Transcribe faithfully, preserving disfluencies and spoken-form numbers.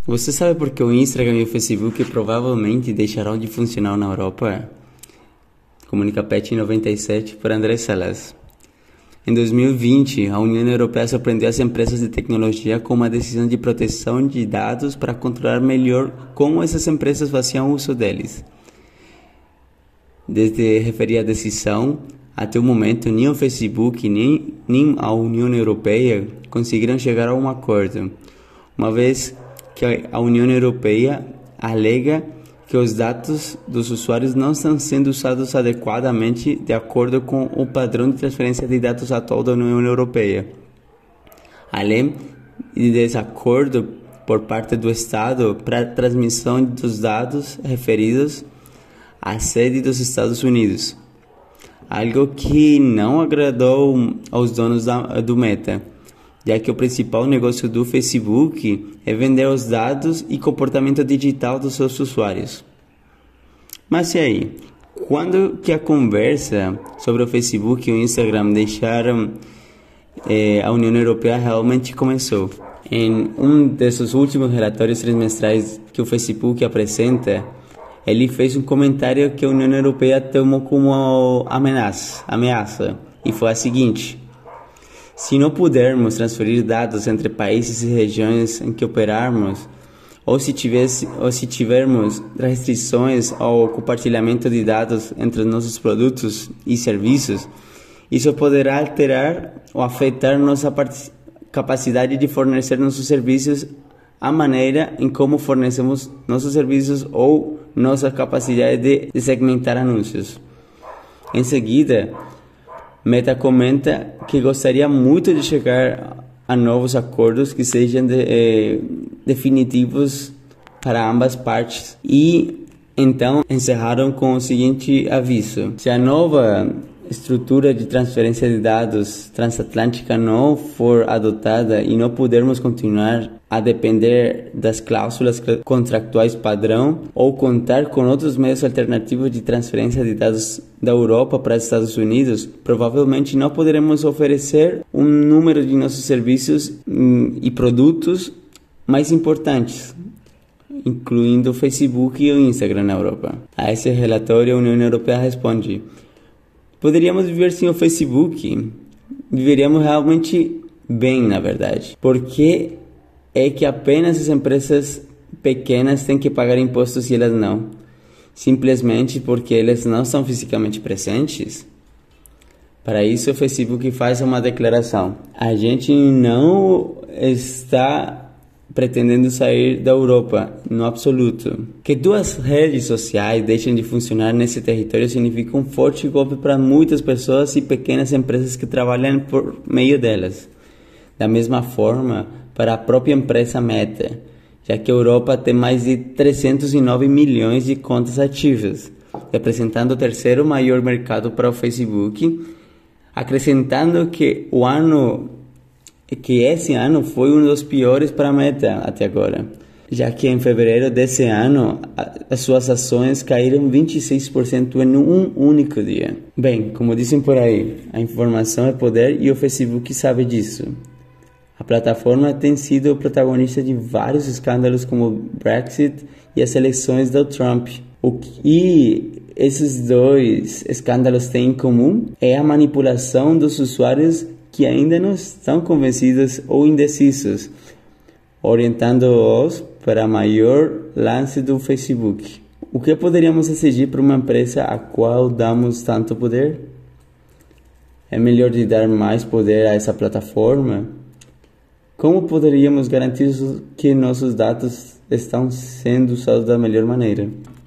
Você sabe por que o Instagram e o Facebook provavelmente deixarão de funcionar na Europa? Comunica Pet em noventa e sete por André Salas. Em dois mil e vinte, a União Europeia surpreendeu as empresas de tecnologia com uma decisão de proteção de dados para controlar melhor como essas empresas faziam uso deles. Desde referir a decisão, até o momento, nem o Facebook nem, nem a União Europeia conseguiram chegar a um acordo, uma vez que a União Europeia alega que os dados dos usuários não estão sendo usados adequadamente de acordo com o padrão de transferência de dados atual da União Europeia, além de desacordo por parte do Estado para a transmissão dos dados referidos à sede dos Estados Unidos, algo que não agradou aos donos da, do Meta, já que o principal negócio do Facebook é vender os dados e comportamento digital dos seus usuários. Mas e aí? Quando que a conversa sobre o Facebook e o Instagram deixaram eh, a União Europeia realmente começou? Em um desses últimos relatórios trimestrais que o Facebook apresenta, ele fez um comentário que a União Europeia tomou como ameaça, ameaça e foi a seguinte: se não pudermos transferir dados entre países e regiões em que operarmos, ou se, tivesse, ou se tivermos restrições ao compartilhamento de dados entre nossos produtos e serviços, isso poderá alterar ou afetar nossa capacidade de fornecer nossos serviços, a maneira em como fornecemos nossos serviços ou nossa capacidade de segmentar anúncios. Em seguida, Meta comenta que gostaria muito de chegar a novos acordos que sejam de, eh, definitivos para ambas partes e então encerraram com o seguinte aviso: se a nova estrutura de transferência de dados transatlântica não for adotada e não pudermos continuar a depender das cláusulas contractuais padrão ou contar com outros meios alternativos de transferência de dados da Europa para os Estados Unidos, provavelmente não poderemos oferecer um número de nossos serviços hum, e produtos mais importantes, incluindo o Facebook e o Instagram na Europa. A esse relatório, a União Europeia responde: poderíamos viver sem o Facebook? Viveríamos realmente bem, na verdade. Porque é que apenas as empresas pequenas têm que pagar impostos e elas não? Simplesmente porque elas não são fisicamente presentes? Para isso, o Facebook faz uma declaração: a gente não está pretendendo sair da Europa, no absoluto. Que duas redes sociais deixem de funcionar nesse território significa um forte golpe para muitas pessoas e pequenas empresas que trabalham por meio delas. Da mesma forma, para a própria empresa Meta, já que a Europa tem mais de trezentos e nove milhões de contas ativas, representando o terceiro maior mercado para o Facebook, acrescentando que o ano que esse ano foi um dos piores para a Meta até agora, já que em fevereiro desse ano as suas ações caíram vinte e seis por cento em um único dia. Bem, como dizem por aí, a informação é poder e o Facebook sabe disso. A plataforma tem sido o protagonista de vários escândalos como o Brexit e as eleições do Trump. O que esses dois escândalos têm em comum é a manipulação dos usuários que ainda não estão convencidos ou indecisos, orientando-os para maior lance do Facebook. O que poderíamos exigir para uma empresa a qual damos tanto poder? É melhor de dar mais poder a essa plataforma? Como poderíamos garantir que nossos dados estão sendo usados da melhor maneira?